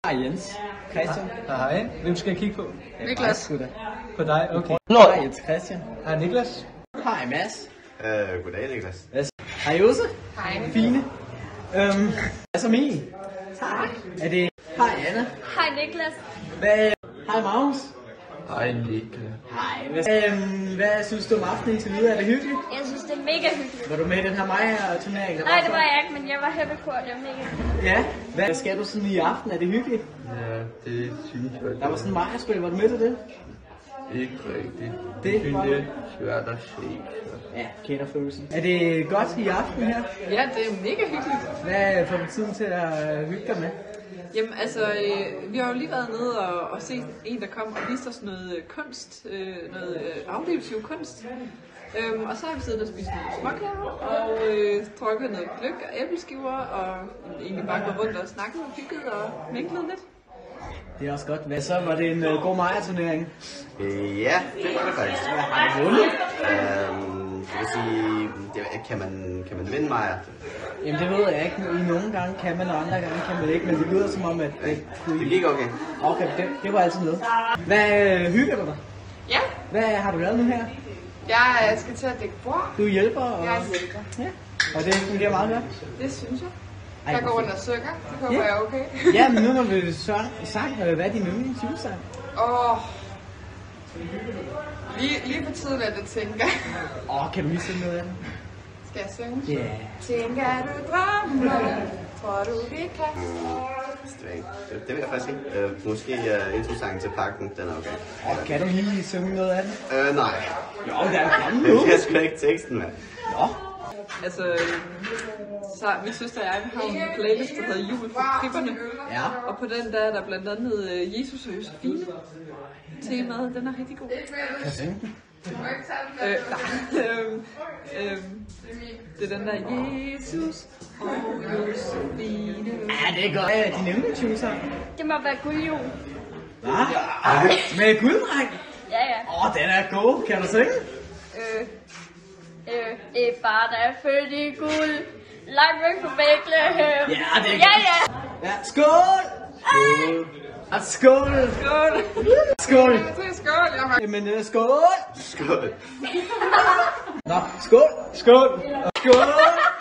Hej Jens. Christian. Hej. Hvem skal jeg kigge på? Niklas. På dig? Okay. Hej Jens Christian. Hej Niklas. Hej Mads. Goddag Niklas. Hej Jose. Hej. Fine. Hvad så Mie? Tak. Er det... Hej Anna. Hej Niklas. Hej Magnus. Hej Niklas. Hej. Hvad synes du om aftenen indtil videre? Er det hyggeligt? Jeg synes, det er mega hyggeligt. Var du med i den her Maja-turnering? Nej, det var jeg ikke, men jeg var heppekor, det var mega hyggeligt. Ja. Hvad skal du sådan i aften? Er det hyggeligt? Ja, det synes jeg. Der var sådan en Maja-spil. Var du med til det? Ikke rigtigt. Det synes var- jeg er svært at se. Ja, kender følelsen. Er det godt i aften her? Ja, det er mega hyggeligt. Hvad får du tiden til at hygge dig med? Jamen altså, vi har jo lige været nede og set en, der kom og viste os noget kunst, noget auditiv kunst. Og så har vi siddet og spist nogle småkager og drukket noget gløgg og æbleskiver og egentlig bare gået rundt og snakket og hygget og minklet lidt. Det er også godt. Hvad så? Var det en god Maja-turnering? Ja, det var det faktisk. Har du vundet? Jeg vil sige, kan man vinde Maja? Jamen det ved jeg ikke. I nogle gange kan man, og andre gange kan man ikke. Men det lyder som om, at Det gik okay. Okay, det var altid noget. Hvad hygger du dig? Ja, Hvad har du lavet nu her? jeg skal til at dække bord. Du hjælper? Og... Jeg hjælper. Ja. Og det fungerer meget godt? Det synes jeg. Ej, Jeg går rundt og synger. Det håber Ja. jeg er okay. Ja, men nu når vi sang, hvad er din yndlingsjulesang? Lige på tiden er det tænker. Kan du lige synge noget af den? Skal jeg synge? Ja. Tænker du drømmer, tror du vi kan? Det ved jeg faktisk ikke. Måske introsangen til pakken, den er okay. Kan du lige synge noget af den? Nej. Jo, der er kommet nu. Jeg skal ikke teksten med. Nå. Altså, så min søster og jeg har en playlist, der hedder Jul for Kripperne. Ja. Og på den der er der blandt andet Jesus og Josefine. Temaet, den er rigtig god. Kan jeg synge den? Det er den der Jesus og Josefine. Ja, det er godt. Hvad er din yndlingsjulesang? Det må være guldjul. Hvad? Med gulddreng? Ja. Den er god. Kan du synge? Et barn er født i guld. Langt væk fra Bethlehem. Ja, det er Ja. Ja, skål! Skål! Skål! Skål! Skål! Jeg har Jamen, skål! Skål. Nå, skål! Skål! Skål!